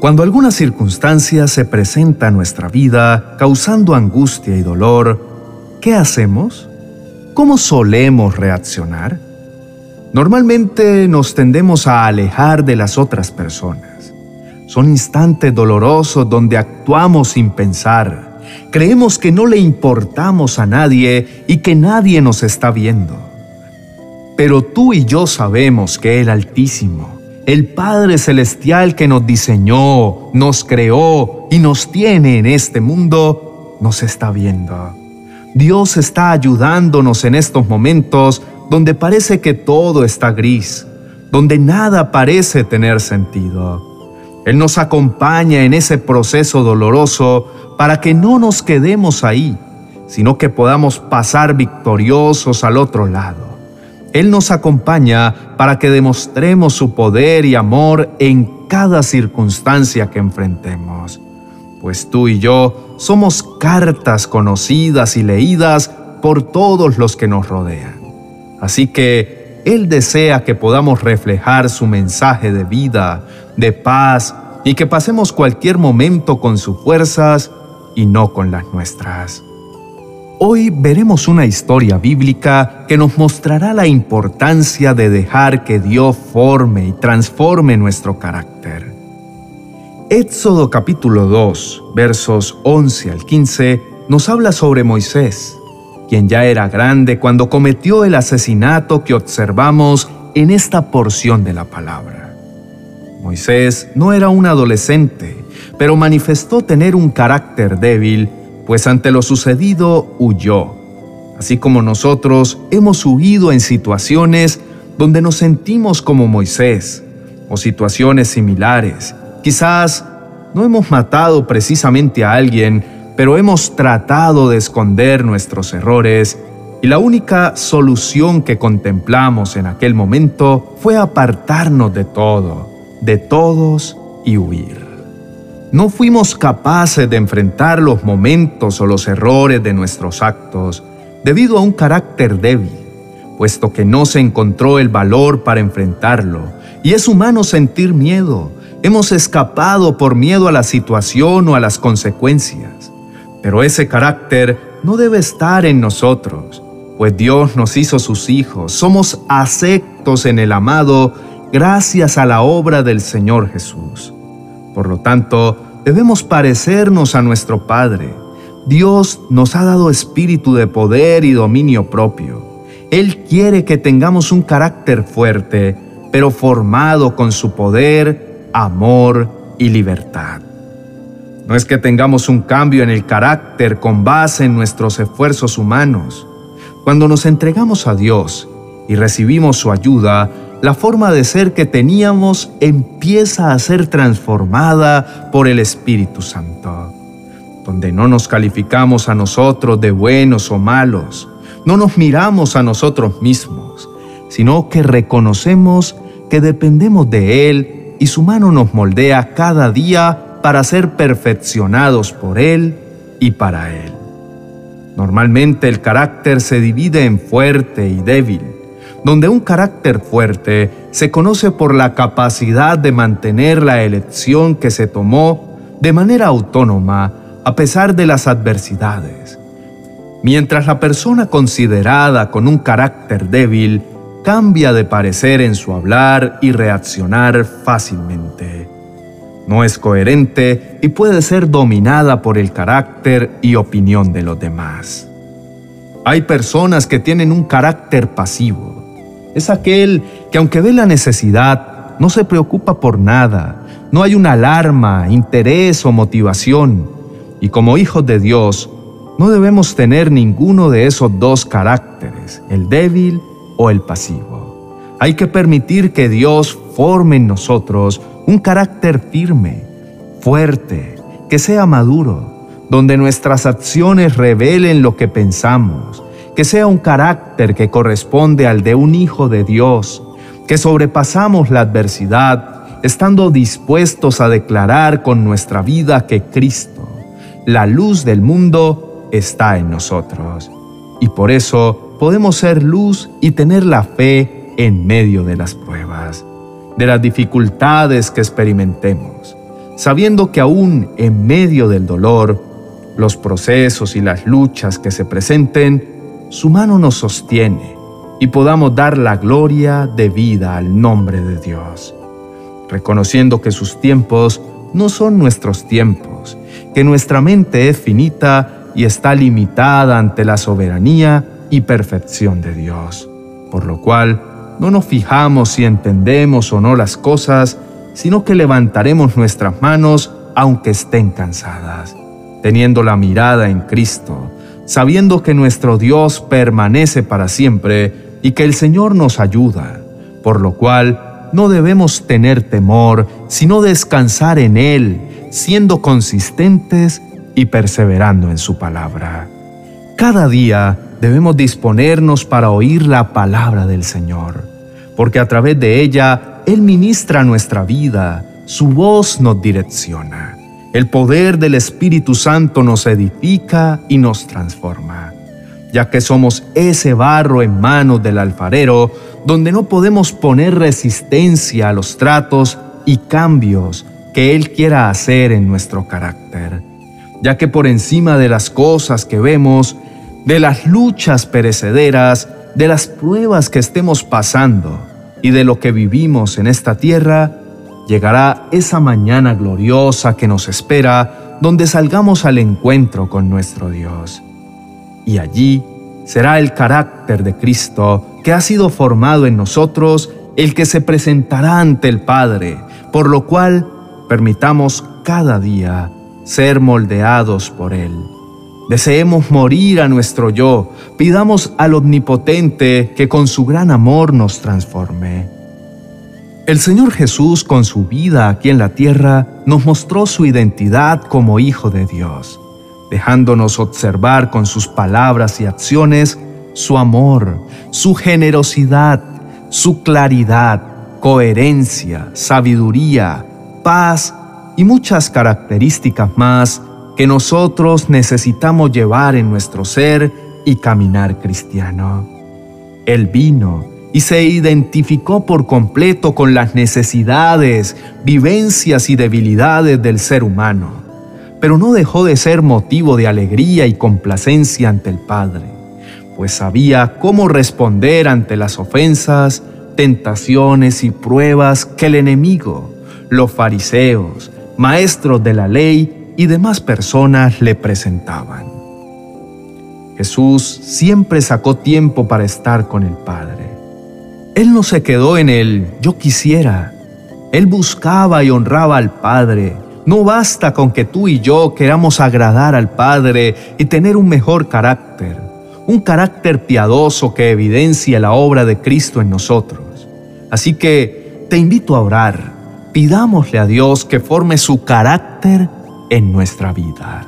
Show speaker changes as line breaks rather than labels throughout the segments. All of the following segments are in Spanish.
Cuando alguna circunstancia se presenta en nuestra vida causando angustia y dolor, ¿qué hacemos? ¿Cómo solemos reaccionar? Normalmente nos tendemos a alejar de las otras personas. Son instantes dolorosos donde actuamos sin pensar. Creemos que no le importamos a nadie y que nadie nos está viendo. Pero tú y yo sabemos que el Altísimo, el Padre Celestial que nos diseñó, nos creó y nos tiene en este mundo, nos está viendo. Dios está ayudándonos en estos momentos donde parece que todo está gris, donde nada parece tener sentido. Él nos acompaña en ese proceso doloroso para que no nos quedemos ahí, sino que podamos pasar victoriosos al otro lado. Él nos acompaña para que demostremos su poder y amor en cada circunstancia que enfrentemos. Pues tú y yo somos cartas conocidas y leídas por todos los que nos rodean. Así que Él desea que podamos reflejar su mensaje de vida, de paz y que pasemos cualquier momento con sus fuerzas y no con las nuestras. Hoy veremos una historia bíblica que nos mostrará la importancia de dejar que Dios forme y transforme nuestro carácter. Éxodo capítulo 2, versos 11 al 15, nos habla sobre Moisés, quien ya era grande cuando cometió el asesinato que observamos en esta porción de la palabra. Moisés no era un adolescente, pero manifestó tener un carácter débil, pues ante lo sucedido huyó. Así como nosotros hemos huido en situaciones donde nos sentimos como Moisés, o situaciones similares. Quizás no hemos matado precisamente a alguien, pero hemos tratado de esconder nuestros errores, y la única solución que contemplamos en aquel momento fue apartarnos de todo, de todos y huir. No fuimos capaces de enfrentar los momentos o los errores de nuestros actos debido a un carácter débil, puesto que no se encontró el valor para enfrentarlo, y es humano sentir miedo. Hemos escapado por miedo a la situación o a las consecuencias. Pero ese carácter no debe estar en nosotros, pues Dios nos hizo sus hijos. Somos aceptos en el amado gracias a la obra del Señor Jesús. Por lo tanto, debemos parecernos a nuestro Padre. Dios nos ha dado espíritu de poder y dominio propio. Él quiere que tengamos un carácter fuerte, pero formado con su poder, amor y libertad. No es que tengamos un cambio en el carácter con base en nuestros esfuerzos humanos. Cuando nos entregamos a Dios y recibimos su ayuda, la forma de ser que teníamos empieza a ser transformada por el Espíritu Santo, donde no nos calificamos a nosotros de buenos o malos, no nos miramos a nosotros mismos, sino que reconocemos que dependemos de Él y su mano nos moldea cada día para ser perfeccionados por Él y para Él. Normalmente el carácter se divide en fuerte y débil, donde un carácter fuerte se conoce por la capacidad de mantener la elección que se tomó de manera autónoma a pesar de las adversidades, mientras la persona considerada con un carácter débil cambia de parecer en su hablar y reaccionar fácilmente. No es coherente y puede ser dominada por el carácter y opinión de los demás. Hay personas que tienen un carácter pasivo. Es aquel que, aunque ve la necesidad, no se preocupa por nada. No hay una alarma, interés o motivación. Y como hijos de Dios, no debemos tener ninguno de esos dos caracteres, el débil o el pasivo. Hay que permitir que Dios forme en nosotros un carácter firme, fuerte, que sea maduro, donde nuestras acciones revelen lo que pensamos, que sea un carácter que corresponde al de un hijo de Dios, que sobrepasamos la adversidad, estando dispuestos a declarar con nuestra vida que Cristo, la luz del mundo, está en nosotros. Y por eso podemos ser luz y tener la fe en medio de las pruebas, de las dificultades que experimentemos. sabiendo que aún en medio del dolor, los procesos y las luchas que se presenten, su mano nos sostiene y podamos dar la gloria debida al nombre de Dios, reconociendo que sus tiempos no son nuestros tiempos, que nuestra mente es finita y está limitada ante la soberanía y perfección de Dios, por lo cual no nos fijamos si entendemos o no las cosas, sino que levantaremos nuestras manos aunque estén cansadas, teniendo la mirada en Cristo, sabiendo que nuestro Dios permanece para siempre y que el Señor nos ayuda, por lo cual no debemos tener temor, sino descansar en Él, siendo consistentes y perseverando en su palabra. Cada día debemos disponernos para oír la palabra del Señor, porque a través de ella Él ministra nuestra vida, su voz nos direcciona. El poder del Espíritu Santo nos edifica y nos transforma, ya que somos ese barro en manos del alfarero, donde no podemos poner resistencia a los tratos y cambios que Él quiera hacer en nuestro carácter, ya que por encima de las cosas que vemos, de las luchas perecederas, de las pruebas que estemos pasando y de lo que vivimos en esta tierra, llegará esa mañana gloriosa que nos espera, donde salgamos al encuentro con nuestro Dios. Y allí será el carácter de Cristo que ha sido formado en nosotros el que se presentará ante el Padre, por lo cual permitamos cada día ser moldeados por Él. Deseemos morir a nuestro yo, pidamos al Omnipotente que con su gran amor nos transforme. El Señor Jesús, con su vida aquí en la tierra, nos mostró su identidad como Hijo de Dios, dejándonos observar con sus palabras y acciones su amor, su generosidad, su claridad, coherencia, sabiduría, paz y muchas características más que nosotros necesitamos llevar en nuestro ser y caminar cristiano. Él vino y se identificó por completo con las necesidades, vivencias y debilidades del ser humano, pero no dejó de ser motivo de alegría y complacencia ante el Padre, pues sabía cómo responder ante las ofensas, tentaciones y pruebas que el enemigo, los fariseos, maestros de la ley y demás personas le presentaban. Jesús siempre sacó tiempo para estar con el Padre. Él no se quedó en el yo quisiera. Él buscaba y honraba al Padre. No basta con que tú y yo queramos agradar al Padre y tener un mejor carácter, un carácter piadoso que evidencia la obra de Cristo en nosotros. Así que te invito a orar. Pidámosle a Dios que forme su carácter en nuestra vida.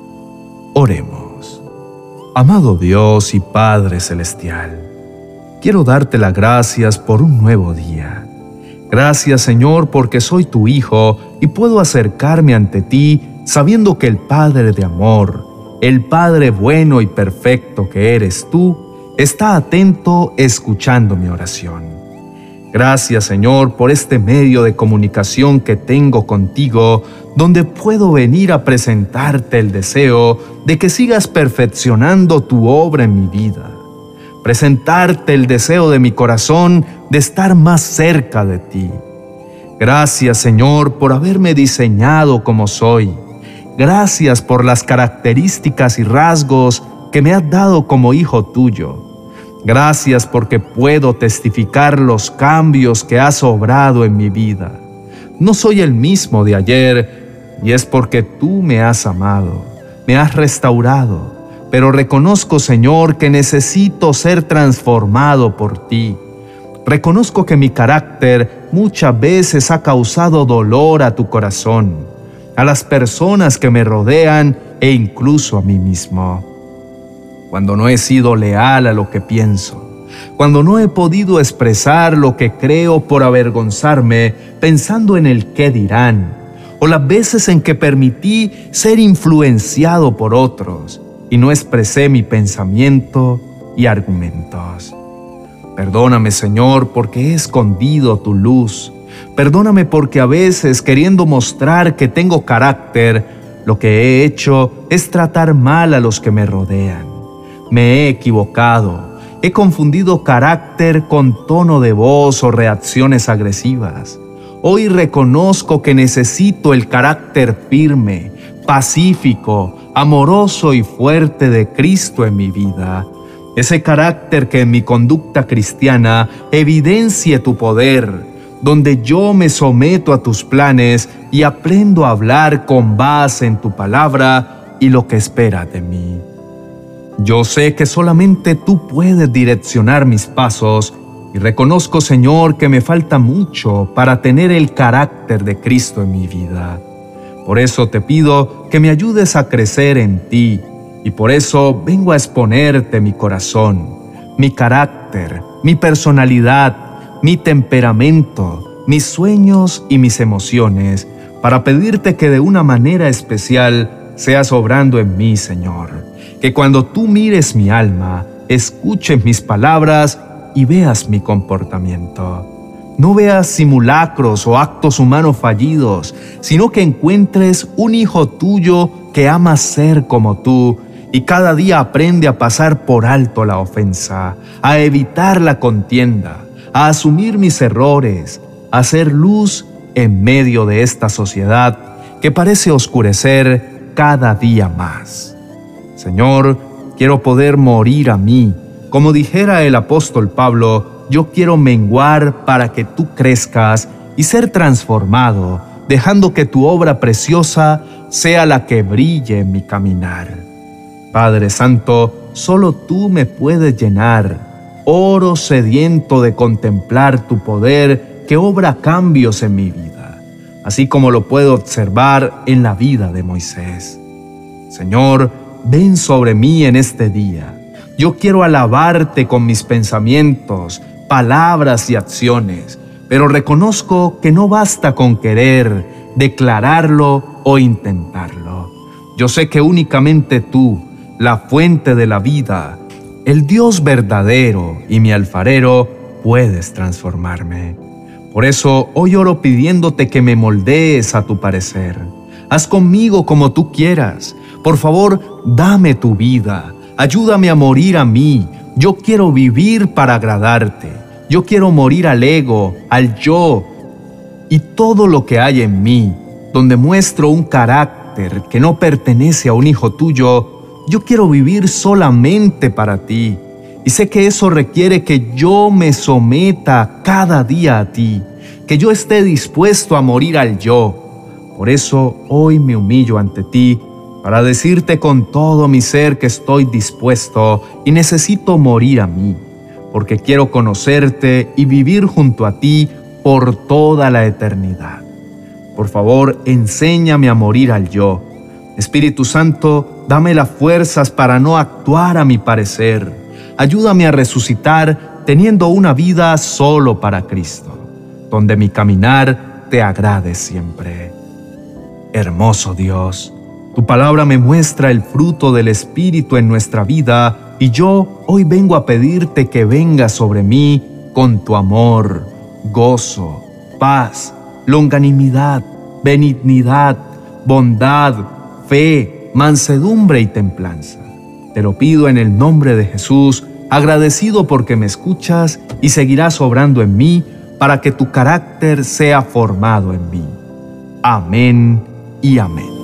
Oremos. Amado Dios y Padre Celestial, quiero darte las gracias por un nuevo día. Gracias, Señor, porque soy tu Hijo y puedo acercarme ante ti sabiendo que el Padre de amor, el Padre bueno y perfecto que eres tú, está atento escuchando mi oración. Gracias, Señor, por este medio de comunicación que tengo contigo, donde puedo venir a presentarte el deseo de que sigas perfeccionando tu obra en mi vida. Presentarte el deseo de mi corazón de estar más cerca de ti. Gracias, Señor, por haberme diseñado como soy. Gracias por las características y rasgos que me has dado como hijo tuyo. Gracias porque puedo testificar los cambios que has obrado en mi vida. No soy el mismo de ayer, y es porque tú me has amado, me has restaurado, pero reconozco, Señor, que necesito ser transformado por ti. Reconozco que mi carácter muchas veces ha causado dolor a tu corazón, a las personas que me rodean e incluso a mí mismo. Cuando no he sido leal a lo que pienso, cuando no he podido expresar lo que creo por avergonzarme pensando en el qué dirán, o las veces en que permití ser influenciado por otros y no expresé mi pensamiento y argumentos. Perdóname, Señor, porque he escondido tu luz, Perdóname porque a veces, queriendo mostrar que tengo carácter, lo que he hecho es tratar mal a los que me rodean. Me he equivocado. He confundido carácter con tono de voz o reacciones agresivas. Hoy reconozco que necesito el carácter firme, pacífico, amoroso y fuerte de Cristo en mi vida. Ese carácter que en mi conducta cristiana evidencie tu poder, donde yo me someto a tus planes y aprendo a hablar con base en tu palabra y lo que esperas de mí. Yo sé que solamente tú puedes direccionar mis pasos y reconozco, Señor, que me falta mucho para tener el carácter de Cristo en mi vida. Por eso te pido que me ayudes a crecer en ti y por eso vengo a exponerte mi corazón, mi carácter, mi personalidad, mi temperamento, mis sueños y mis emociones, para pedirte que de una manera especial seas obrando en mí, Señor. Que cuando tú mires mi alma, escuches mis palabras y veas mi comportamiento. No veas simulacros o actos humanos fallidos, sino que encuentres un hijo tuyo que ama ser como tú y cada día aprende a pasar por alto la ofensa, a evitar la contienda, a asumir mis errores, a hacer luz en medio de esta sociedad que parece oscurecer cada día más. Señor, quiero poder morir a mí. Como dijera el apóstol Pablo, yo quiero menguar para que tú crezcas y ser transformado, dejando que tu obra preciosa sea la que brille en mi caminar. Padre Santo, solo tú me puedes llenar, oro sediento de contemplar tu poder que obra cambios en mi vida, así como lo puedo observar en la vida de Moisés. Señor, ven sobre mí en este día. Yo quiero alabarte con mis pensamientos, palabras y acciones, pero reconozco que no basta con querer, declararlo o intentarlo. Yo sé que únicamente tú, la fuente de la vida, el Dios verdadero y mi alfarero, puedes transformarme. Por eso hoy oro pidiéndote que me moldees a tu parecer. Haz conmigo como tú quieras. Por favor, dame tu vida. Ayúdame a morir a mí. Yo quiero vivir para agradarte. Yo quiero morir al ego, al yo y todo lo que hay en mí, donde muestro un carácter que no pertenece a un hijo tuyo. Yo quiero vivir solamente para ti. Y sé que eso requiere que yo me someta cada día a ti, que yo esté dispuesto a morir al yo. Por eso hoy me humillo ante ti para decirte con todo mi ser que estoy dispuesto y necesito morir a mí, porque quiero conocerte y vivir junto a ti por toda la eternidad. Por favor, enséñame a morir al yo. Espíritu Santo, dame las fuerzas para no actuar a mi parecer. Ayúdame a resucitar teniendo una vida solo para Cristo, donde mi caminar te agrade siempre. Hermoso Dios, tu palabra me muestra el fruto del Espíritu en nuestra vida y yo hoy vengo a pedirte que vengas sobre mí con tu amor, gozo, paz, longanimidad, benignidad, bondad, fe, mansedumbre y templanza. Te lo pido en el nombre de Jesús, agradecido porque me escuchas y seguirás obrando en mí para que tu carácter sea formado en mí. Amén y amén.